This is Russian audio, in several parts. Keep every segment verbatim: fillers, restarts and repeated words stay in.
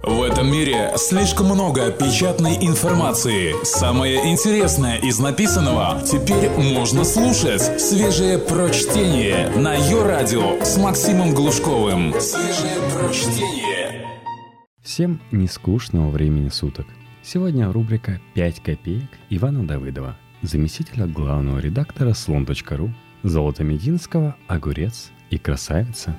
В этом мире слишком много печатной информации. Самое интересное из написанного теперь можно слушать. Свежее прочтение на Йо-Радио с Максимом Глушковым. Свежее прочтение. Всем нескучного времени суток. Сегодня рубрика «пять копеек» Ивана Давыдова, заместителя главного редактора слон точка ру, Золотомединского, Огурец и Красавица.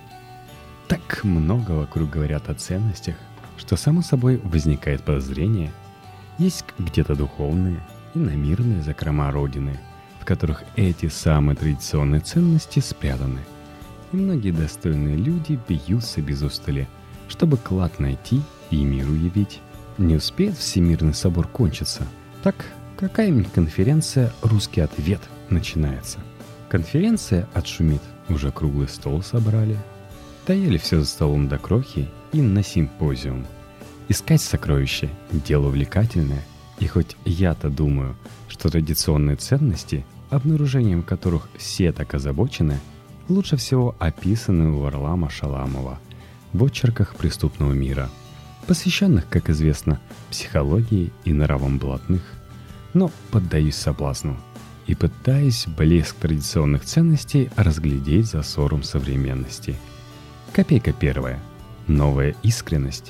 Так много вокруг говорят о ценностях, что само собой возникает подозрение, есть где-то духовные и иномирные закрома Родины, в которых эти самые традиционные ценности спрятаны. И многие достойные люди бьются без устали, чтобы клад найти и миру явить. Не успеет Всемирный собор кончиться, так какая-нибудь конференция «Русский ответ» начинается. Конференция отшумит, уже круглый стол собрали. Доели все за столом до крохи и на симпозиум. Искать сокровища – дело увлекательное, и хоть я-то думаю, что традиционные ценности, обнаружением которых все так озабочены, лучше всего описаны у Варлама Шаламова в очерках преступного мира, посвященных, как известно, психологии и нравам блатных. Но поддаюсь соблазну и пытаюсь блеск традиционных ценностей разглядеть за ссором современности. Копейка первая. Новая искренность.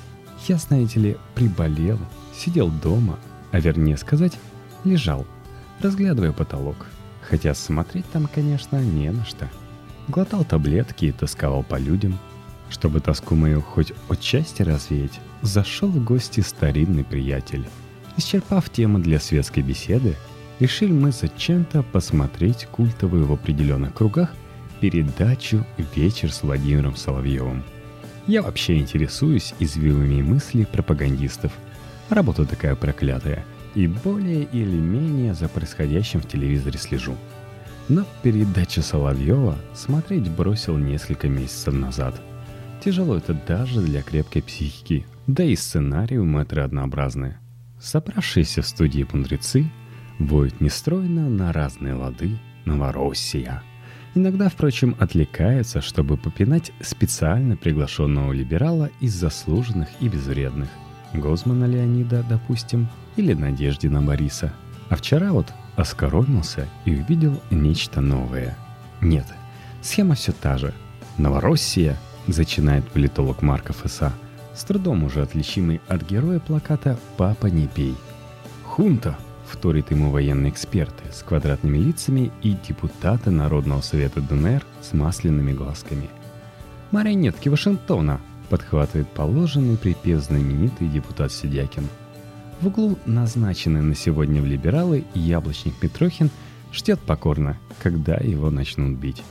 Я, знаете ли, приболел, сидел дома, а вернее сказать, лежал, разглядывая потолок. Хотя смотреть там, конечно, не на что. Глотал таблетки и тосковал по людям. Чтобы тоску мою хоть отчасти развеять, зашел в гости старинный приятель. Исчерпав тему для светской беседы, решили мы зачем-то посмотреть культовую в определенных кругах передачу «Вечер с Владимиром Соловьевым». Я вообще интересуюсь извивами мыслей пропагандистов. Работа такая проклятая. И более или менее за происходящим в телевизоре слежу. Но передачу Соловьева смотреть бросил несколько месяцев назад. Тяжело это даже для крепкой психики. Да и сценарии у мэтра однообразные. Собравшиеся в студии мудрецы воют нестройно на разные лады «Новороссия». Иногда, впрочем, отвлекаются, чтобы попинать специально приглашенного либерала из заслуженных и безвредных. Гозмана Леонида, допустим, или Надеждина Бориса. А вчера вот оскоромился и увидел нечто новое. Нет, схема все та же. «Новороссия», зачинает политолог Марков эс а, с трудом уже отличимый от героя плаката «Папа, не пей». «Хунта», вторит ему военные эксперты с квадратными лицами и депутаты Народного совета дэ эн эр с масляными глазками. «Марионетки Вашингтона», подхватывает положенный припев знаменитый депутат Сидякин. В углу назначенный на сегодня в либералы яблочник Митрохин ждет покорно, когда его начнут бить.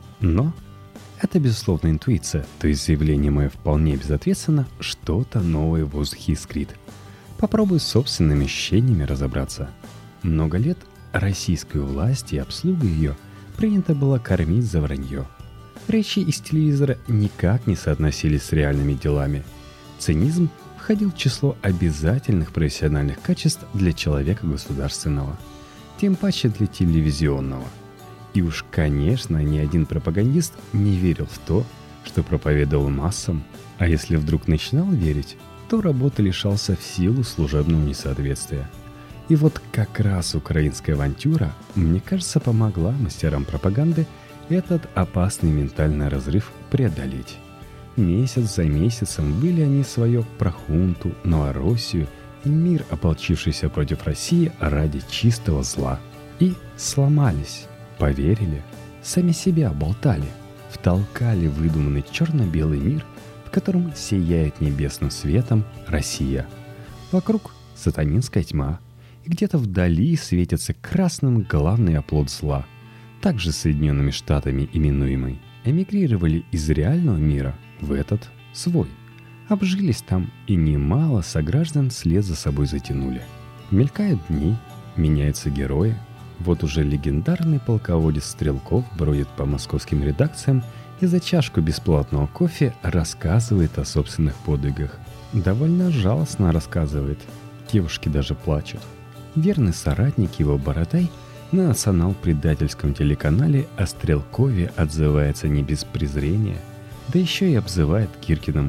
Но это, безусловно, интуиция, то есть заявление мое вполне безответственно, что-то новое в воздухе искрит. Попробую с собственными ощущениями разобраться. Много лет российской власти и обслуга ее принято было кормить за вранье. Речи из телевизора никак не соотносились с реальными делами. Цинизм входил в число обязательных профессиональных качеств для человека государственного, тем паче для телевизионного. И уж, конечно, ни один пропагандист не верил в то, что проповедовал массам, а если вдруг начинал верить, то работы лишался в силу служебного несоответствия. И вот как раз украинская авантюра, мне кажется, помогла мастерам пропаганды этот опасный ментальный разрыв преодолеть. Месяц за месяцем были они свое про хунту, Новороссию и мир, ополчившийся против России ради чистого зла. И сломались, поверили, сами себя болтали, втолкали выдуманный черно-белый мир, в котором сияет небесным светом Россия. Вокруг сатанинская тьма, и где-то вдали светится красным главный оплот зла. Также Соединенными Штатами именуемый, эмигрировали из реального мира в этот свой. Обжились там и немало сограждан вслед за собой затянули. Мелькают дни, меняются герои. Вот уже легендарный полководец Стрелков бродит по московским редакциям и за чашку бесплатного кофе рассказывает о собственных подвигах. Довольно жалостно рассказывает. Девушки даже плачут. Верный соратник его Бородай на национал-предательском телеканале о Стрелкове отзывается не без презрения, да еще и обзывает Киркиным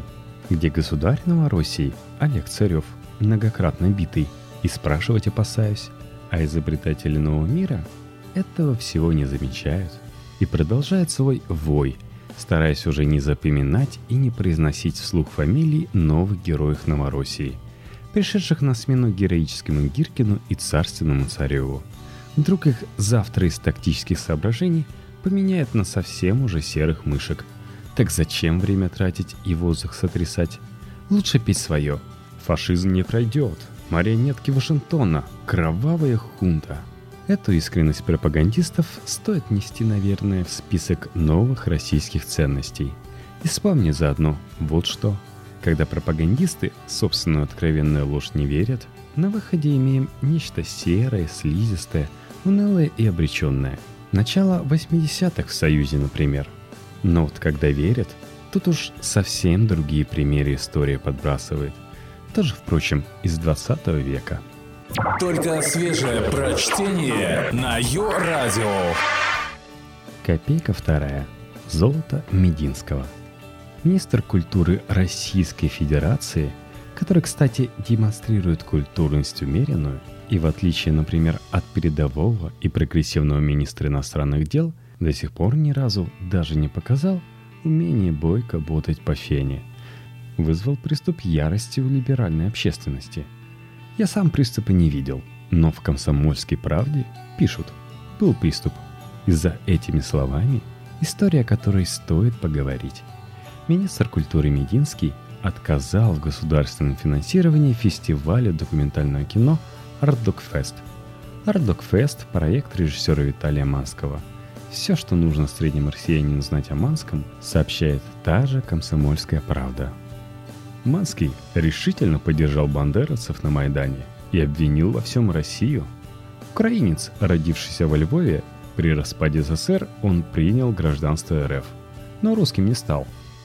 где государь Новороссии Олег Царев, многократно битый, и спрашивать опасаюсь, а изобретатели нового мира этого всего не замечают и продолжают свой вой, стараясь уже не запоминать и не произносить вслух фамилии новых героев Новороссии, пришедших на смену героическому Гиркину и царственному Цареву. Вдруг их завтра из тактических соображений поменяют на совсем уже серых мышек. Так зачем время тратить и воздух сотрясать? Лучше петь свое. Фашизм не пройдет. Марионетки Вашингтона. Кровавая хунта. Эту искренность пропагандистов стоит нести, наверное, в список новых российских ценностей. И вспомни заодно вот что. Когда пропагандисты собственную откровенную ложь не верят, на выходе имеем нечто серое, слизистое, унылое и обреченное. Начало восьмидесятых в Союзе, например. Но вот когда верят, тут уж совсем другие примеры история подбрасывает. Тоже, впрочем, из двадцатого века. Только свежее прочтение на Йо-Радио. Копейка вторая. Золото Мединского. Министр культуры Российской Федерации, который, кстати, демонстрирует культурность умеренную, и в отличие, например, от передового и прогрессивного министра иностранных дел, до сих пор ни разу даже не показал умение бойко ботать по фене, вызвал приступ ярости у либеральной общественности. Я сам приступа не видел, но в «Комсомольской правде» пишут: был приступ. И за этими словами история, о которой стоит поговорить. Министр культуры Мединский отказал в государственном финансировании фестиваля документального кино «Артдокфест». «Артдокфест» – проект режиссера Виталия Манского. Все, что нужно среднему россиянину знать о Манском, сообщает та же «Комсомольская правда». Манский решительно поддержал бандеровцев на Майдане и обвинил во всем Россию. Украинец, родившийся во Львове, при распаде СССР он принял гражданство РФ, но русским не стал.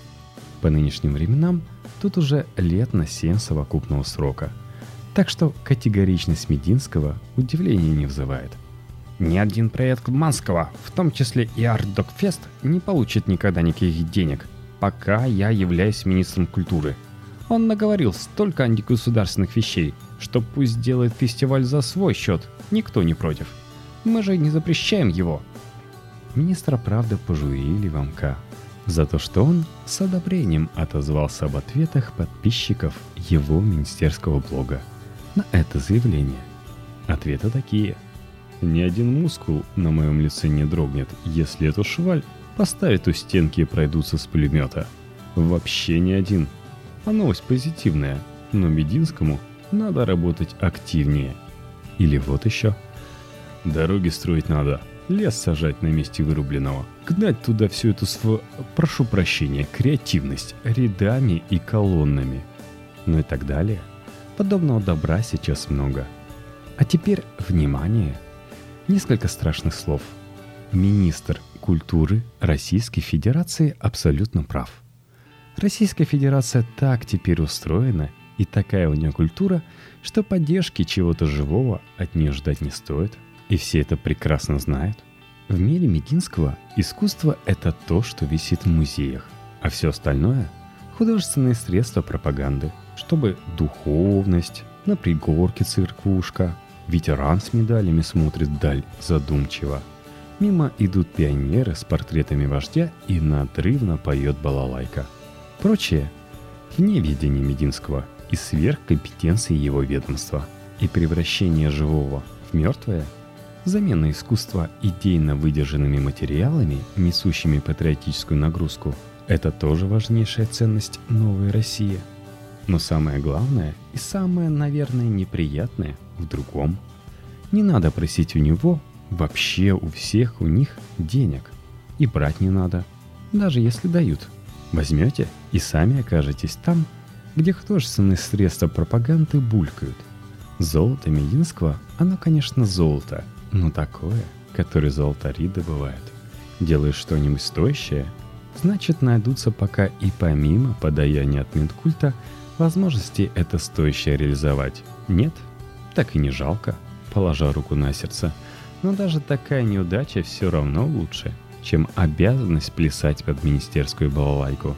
По нынешним временам тут уже лет на семь совокупного срока, так что категоричность Мединского удивления не вызывает. Ни один проект Манского, в том числе и Артдокфест, не получит никогда никаких денег, пока я являюсь министром культуры. Он наговорил столько антигосударственных вещей, что пусть делает фестиваль за свой счет, никто не против. Мы же не запрещаем его. Министра, правда, пожурили в МК за то, что он с одобрением отозвался об ответах подписчиков его министерского блога на это заявление. Ответы такие: ни один мускул на моем лице не дрогнет, если эту шваль поставят у стенки и пройдутся с пулемета. Вообще ни один. А новость позитивная, но Мединскому надо работать активнее. Или вот еще. Дороги строить надо, лес сажать на месте вырубленного, гнать туда всю эту св... прошу прощения, креативность рядами и колоннами. Ну и так далее. Подобного добра сейчас много. А теперь внимание. Несколько страшных слов. Министр культуры Российской Федерации абсолютно прав. Российская Федерация так теперь устроена, и такая у нее культура, что поддержки чего-то живого от нее ждать не стоит. И все это прекрасно знают. В мире Мединского искусство – это то, что висит в музеях, а все остальное – художественные средства пропаганды, чтобы духовность, на пригорке церквушка, ветеран с медалями смотрит вдаль задумчиво. Мимо идут пионеры с портретами вождя и надрывно поет балалайка. Прочее вне видения Мединского и сверхкомпетенции его ведомства. И превращение живого в мертвое, замена искусства идейно выдержанными материалами, несущими патриотическую нагрузку, это тоже важнейшая ценность новой России. Но самое главное и самое, наверное, неприятное в другом. Не надо просить у него, вообще у всех у них, денег. И брать не надо, даже если дают. Возьмете и сами окажетесь там, где художественные средства пропаганды булькают. Золото Мединского, оно, конечно, золото, но такое, которое золотари добывают. Делаешь что-нибудь стоящее, значит, найдутся пока и помимо подаяния от Минкульта возможности это стоящее реализовать. Нет? Так и не жалко, положа руку на сердце. Но даже такая неудача все равно лучше, чем обязанность плясать под министерскую балалайку.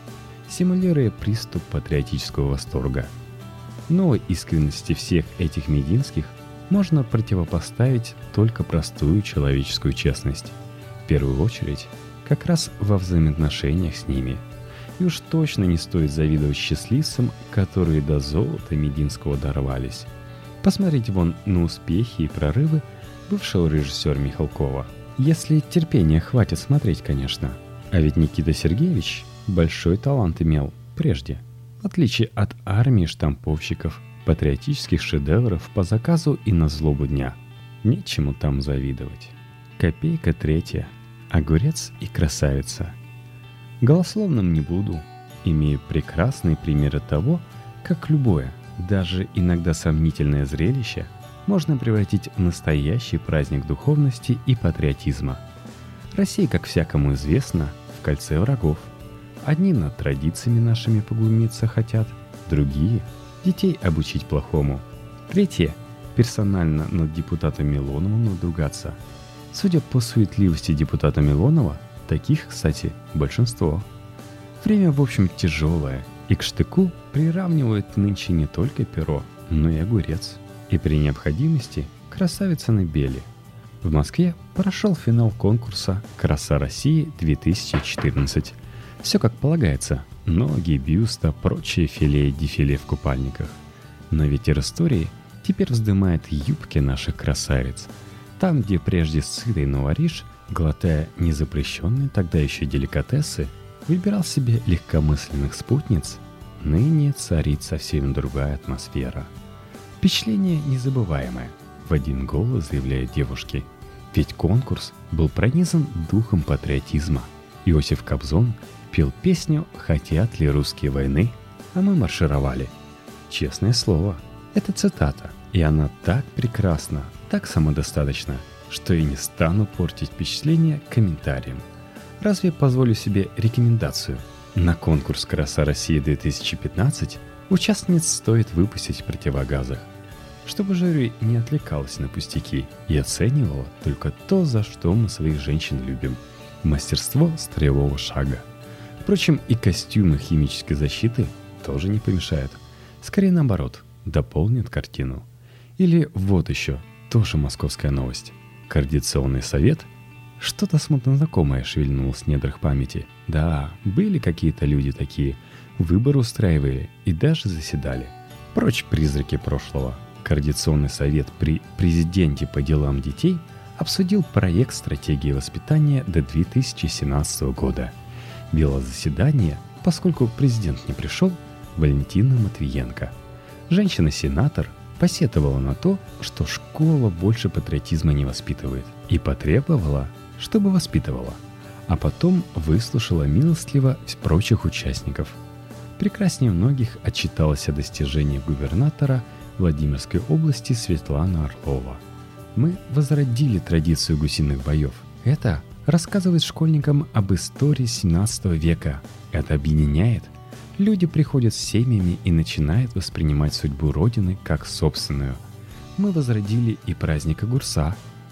симулируя приступ патриотического восторга. Новой искренности всех этих мединских можно противопоставить только простую человеческую честность. В первую очередь, как раз во взаимоотношениях с ними. И уж точно не стоит завидовать счастливцам, которые до золота мединского дорвались. Посмотрите вон на успехи и прорывы бывшего режиссера Михалкова. Если терпения хватит смотреть, конечно. А ведь Никита Сергеевич большой талант имел прежде. В отличие от армии штамповщиков, патриотических шедевров по заказу и на злобу дня. Нечему там завидовать. Копейка третья. Огурец и красавица. Голословным не буду. Имею прекрасные примеры того, как любое, даже иногда сомнительное зрелище можно превратить в настоящий праздник духовности и патриотизма. Россия, как всякому известно, в кольце врагов. Одни над традициями нашими поглумиться хотят, другие – детей обучить плохому. Третьи – персонально над депутатом Милоновым надругаться. Судя по суетливости депутата Милонова, таких, кстати, большинство. Время, в общем, тяжелое, и к штыку приравнивают нынче не только перо, но и огурец. И при необходимости красавица на беле. В Москве прошел финал конкурса «Краса России-две тысячи четырнадцать». Все как полагается. Ноги, бюста, прочие филе-дефиле в купальниках. Но ветер истории теперь вздымает юбки наших красавиц. Там, где прежде сытый новориш, глотая незапрещенные тогда еще деликатесы, выбирал себе легкомысленных спутниц, ныне царит совсем другая атмосфера. Впечатление незабываемое, в один голос заявляют девушки. Ведь конкурс был пронизан духом патриотизма. Иосиф Кобзон пел песню «Хотят ли русские войны?», а мы маршировали. Честное слово, это цитата, и она так прекрасна, так самодостаточна, что и не стану портить впечатление комментарием. Разве позволю себе рекомендацию? На конкурс «Краса России-две тысячи пятнадцать» участниц стоит выпустить в противогазах, чтобы жюри не отвлекалось на пустяки и оценивало только то, за что мы своих женщин любим – мастерство строевого шага. Впрочем, и костюмы химической защиты тоже не помешают. Скорее наоборот, дополнят картину. Или вот еще, тоже московская новость. Координационный совет – что-то смутно знакомое шевельнулось в недрах памяти. Да, были какие-то люди такие, выборы устраивали и даже заседали. Прочь призраки прошлого. Координационный совет при президенте по делам детей обсудил проект стратегии воспитания до две тысячи семнадцатого года. Вела заседание, поскольку президент не пришел, Валентина Матвиенко. Женщина-сенатор посетовала на то, что школа больше патриотизма не воспитывает, и потребовала, чтобы воспитывала, а потом выслушала милостливо прочих участников. Прекраснее многих отчиталась о достижениях губернатора Владимирской области Светлана Орлова. Мы возродили традицию гусиных боев. Это рассказывает школьникам об истории семнадцатого века. Это объединяет. Люди приходят с семьями и начинают воспринимать судьбу Родины как собственную. Мы возродили и праздник огурца.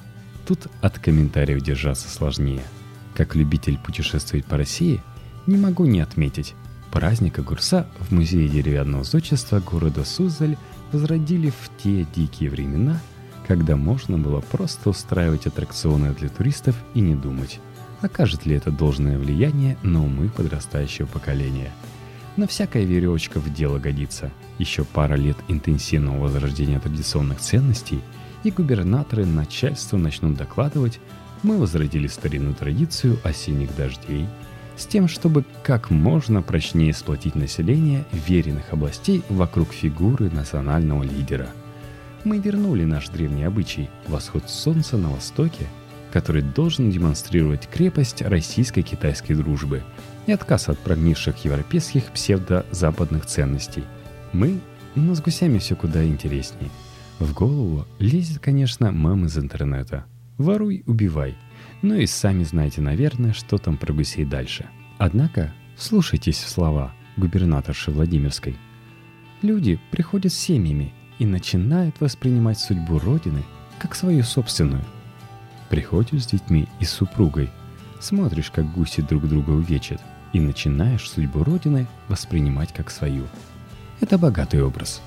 Тут от комментариев держаться сложнее. Как любитель путешествовать по России, не могу не отметить. Праздник огурца в Музее деревянного зодчества города Суздаль возродили в те дикие времена, когда можно было просто устраивать аттракционы для туристов и не думать, окажет ли это должное влияние на умы подрастающего поколения. Но всякая веревочка в дело годится. Еще пара лет интенсивного возрождения традиционных ценностей, и губернаторы начальству начнут докладывать: мы возродили старинную традицию осенних дождей, с тем, чтобы как можно прочнее сплотить население веренных областей вокруг фигуры национального лидера. Мы вернули наш древний обычай – восход солнца на востоке, который должен демонстрировать крепость российско-китайской дружбы и отказ от прогнивших европейских псевдо-западных ценностей. Мы, но с гусями все куда интереснее. В голову лезет, конечно, мем из интернета. Воруй, убивай. Ну и сами знаете, наверное, что там про гусей дальше. Однако, слушайтесь в слова губернаторши Владимирской. Люди приходят с семьями и начинают воспринимать судьбу Родины как свою собственную. Приходишь с детьми и с супругой, смотришь, как гуси друг друга увечат, и начинаешь судьбу Родины воспринимать как свою. Это богатый образ.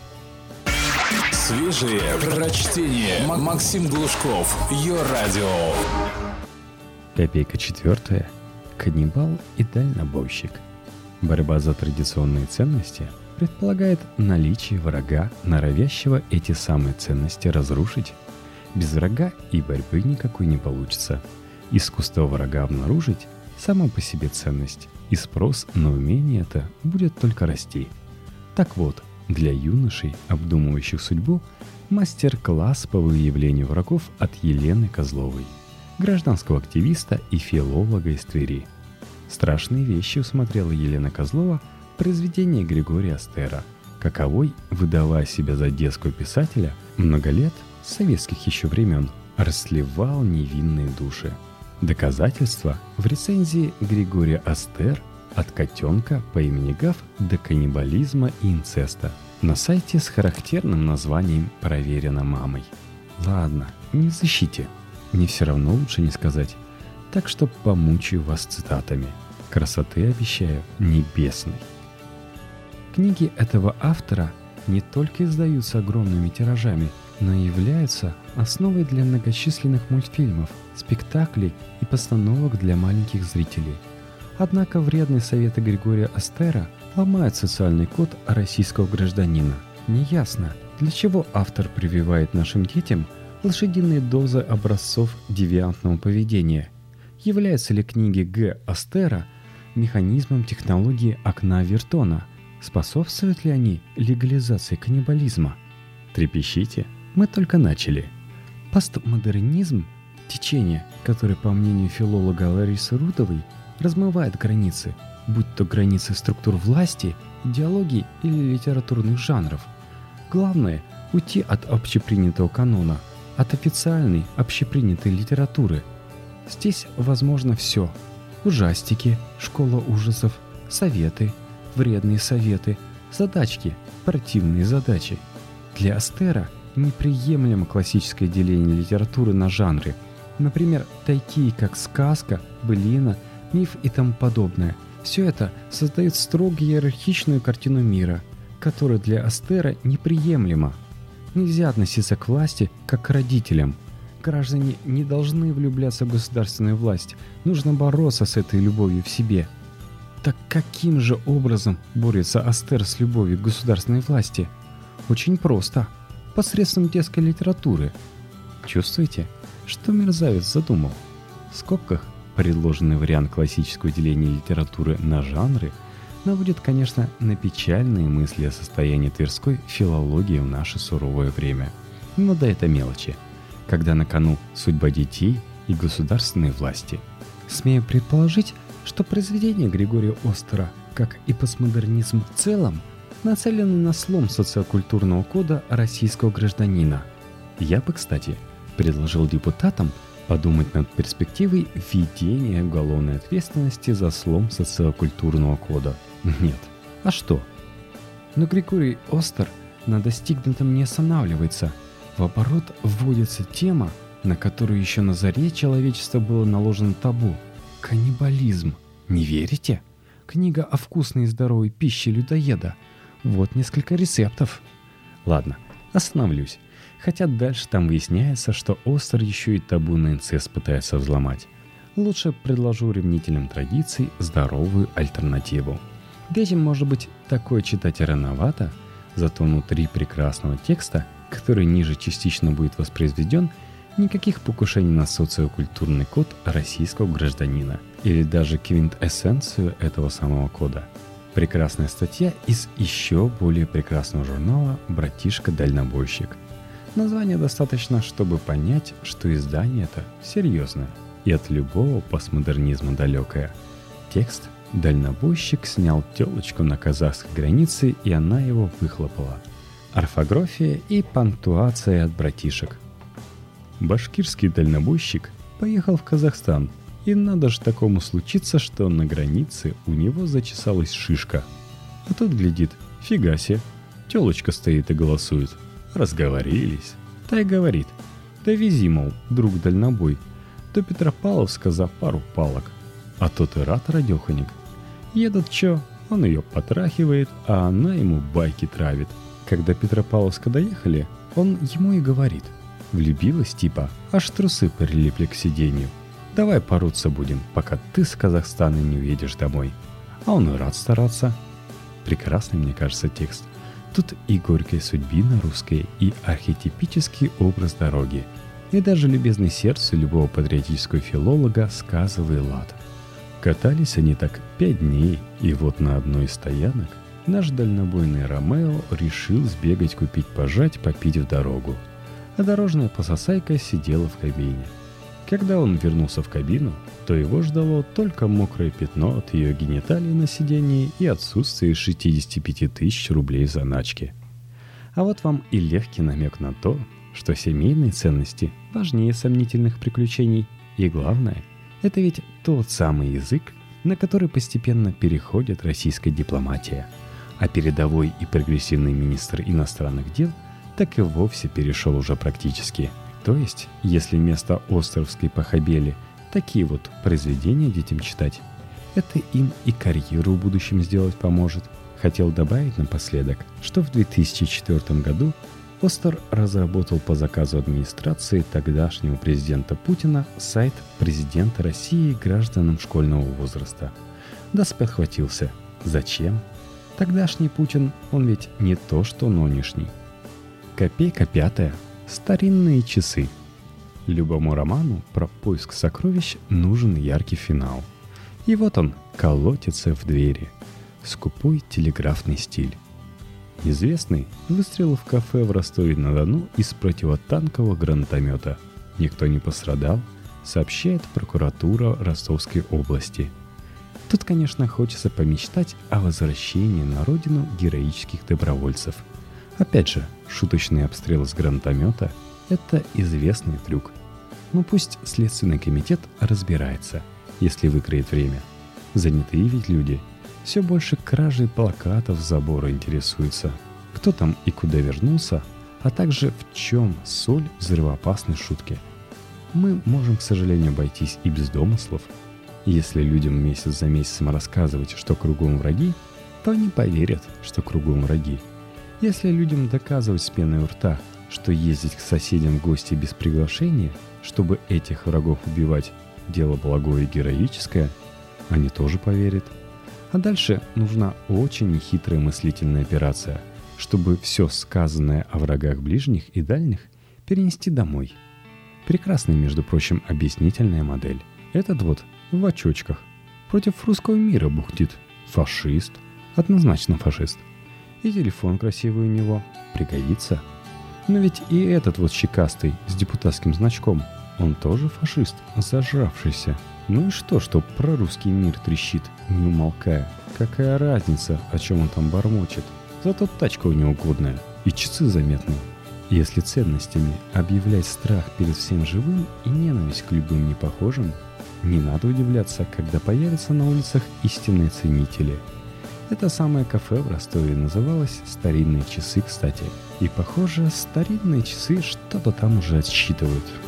Свежие прочтение. Максим Глушков. Йо-радио. Копейка четвертая. Каннибал и дальнобойщик. Борьба за традиционные ценности предполагает наличие врага, норовящего эти самые ценности разрушить. Без врага и борьбы никакой не получится. Искусство врага обнаружить – сама по себе ценность, и спрос на умение это будет только расти. Так вот, для юношей, обдумывающих судьбу, мастер-класс по выявлению врагов от Елены Козловой, гражданского активиста и филолога из Твери. Страшные вещи усмотрела Елена Козлова в произведении Григория Остера, каковой, выдавая себя за детского писателя, много лет, с советских еще времен, расслевал невинные души. Доказательства в рецензии Григория Остер «От котенка по имени Гав до каннибализма и инцеста» на сайте с характерным названием «Проверено мамой». Ладно, не в защите. Мне все равно лучше не сказать. Так что помучаю вас цитатами. Красоты обещаю небесной. Книги этого автора не только издаются огромными тиражами, но и являются основой для многочисленных мультфильмов, спектаклей и постановок для маленьких зрителей. Однако вредные советы Григория Остера ломают социальный код российского гражданина. Неясно, для чего автор прививает нашим детям лошадиные дозы образцов девиантного поведения. Являются ли книги Г. Остера механизмом технологии окна Вертона? Способствуют ли они легализации каннибализма? Трепещите, мы только начали. Постмодернизм – течение, которое, по мнению филолога Ларисы Рудовой, размывает границы, будь то границы структур власти, идеологий или литературных жанров. Главное – уйти от общепринятого канона, от официальной общепринятой литературы. Здесь возможно все. Ужастики, школа ужасов, советы, вредные советы, задачки, противные задачи. Для Остера неприемлемо классическое деление литературы на жанры, например, такие как сказка, былина, миф и тому подобное. Все это создает строго иерархичную картину мира, которая для Остера неприемлема. Нельзя относиться к власти как к родителям. Граждане не должны влюбляться в государственную власть, нужно бороться с этой любовью в себе. Так каким же образом борется Остер с любовью к государственной власти? Очень просто. Посредством детской литературы. Чувствуете, что мерзавец задумал? В скобках предложенный вариант классического деления литературы на жанры наводит, конечно, на печальные мысли о состоянии тверской филологии в наше суровое время. Но да это мелочи, когда на кону судьба детей и государственной власти. Смею предположить, что произведение Григория Остера, как и постмодернизм в целом, нацелены на слом социокультурного кода российского гражданина. Я бы, кстати, предложил депутатам подумать над перспективой введения уголовной ответственности за слом социокультурного кода. Нет. А что? Но Григорий Остер на достигнутом не останавливается. В оборот вводится тема, на которую еще на заре человечества было наложено табу. Каннибализм. Не верите? Книга о вкусной и здоровой пище людоеда. Вот несколько рецептов. Ладно, остановлюсь. Хотя дальше там выясняется, что Остер еще и табу на инцест пытается взломать. Лучше предложу ревнителям традиций здоровую альтернативу. Детям, может быть, такое читать рановато, зато внутри прекрасного текста, который ниже частично будет воспроизведен, никаких покушений на социокультурный код российского гражданина или даже квинтэссенцию этого самого кода. Прекрасная статья из еще более прекрасного журнала «Братишка-дальнобойщик». Название достаточно, чтобы понять, что издание это серьезное и от любого постмодернизма далекое. Текст «Дальнобойщик снял телочку на казахской границе, и она его выхлопала». Орфография и пунктуация от братишек. Башкирский дальнобойщик поехал в Казахстан, и надо же такому случиться, что на границе у него зачесалась шишка. А тут глядит, фига себе, телочка стоит и голосует. Разговорились. Та и говорит: довези, мол, друг дальнобой, до Петропавловска за пару палок. А тот и рад, радеханик. Едут чё? Он ее потрахивает, а она ему байки травит. Когда Петропавловска доехали, он ему и говорит. Влюбилась типа, аж трусы прилипли к сиденью. Давай пороться будем, пока ты с Казахстана не уедешь домой. А он и рад стараться. Прекрасный, мне кажется, текст. Тут и горькая судьбина русская, и архетипический образ дороги. И даже любезное сердце любого патриотического филолога сказовый лад. Катались они так пять дней, и вот на одной из стоянок наш дальнобойный Ромео решил сбегать купить пожать, попить в дорогу. А дорожная пососайка сидела в кабине. Когда он вернулся в кабину, то его ждало только мокрое пятно от ее гениталий на сидении и отсутствие шестьдесят пять тысяч рублей в заначке. А вот вам и легкий намек на то, что семейные ценности важнее сомнительных приключений. И главное, это ведь тот самый язык, на который постепенно переходит российская дипломатия. А передовой и прогрессивный министр иностранных дел так и вовсе перешел уже практически. То есть, если вместо островской похабели такие вот произведения детям читать, это им и карьеру в будущем сделать поможет. Хотел добавить напоследок, что в две тысячи четвёртом году Остер разработал по заказу администрации тогдашнего президента Путина сайт президента России гражданам школьного возраста. Да спохватился. Зачем? Тогдашний Путин, он ведь не то что нынешний. Копейка пятая. Старинные часы. Любому роману про поиск сокровищ нужен яркий финал. И вот он колотится в двери. Скупой телеграфный стиль. Известный выстрел в кафе в Ростове-на-Дону из противотанкового гранатомета. Никто не пострадал, сообщает прокуратура Ростовской области. Тут, конечно, хочется помечтать о возвращении на родину героических добровольцев. Опять же, шуточный обстрел с гранатомета – это известный трюк. Но пусть Следственный комитет разбирается, если выиграет время. Занятые ведь люди все больше кражей плакатов с забора интересуются. Кто там и куда вернулся, а также в чем соль взрывоопасной шутки. Мы можем, к сожалению, обойтись и без домыслов. Если людям месяц за месяцем рассказывать, что кругом враги, то они поверят, что кругом враги. Если людям доказывать с пеной у рта, что ездить к соседям в гости без приглашения, чтобы этих врагов убивать, дело благое и героическое, они тоже поверят. А дальше нужна очень нехитрая мыслительная операция, чтобы все сказанное о врагах ближних и дальних перенести домой. Прекрасная, между прочим, объяснительная модель. Этот вот в очочках. Против русского мира бухтит. Фашист. Однозначно фашист. И телефон красивый у него. Пригодится. Но ведь и этот вот щекастый с депутатским значком, он тоже фашист, зажравшийся. Ну и что, что про русский мир трещит, не умолкая? Какая разница, о чем он там бормочет? Зато тачка у него годная, и часы заметные. Если ценностями объявлять страх перед всем живым и ненависть к любым непохожим, не надо удивляться, когда появятся на улицах истинные ценители. Это самое кафе в Ростове называлось «Старинные часы», кстати. И, похоже, старинные часы что-то там уже отсчитывают.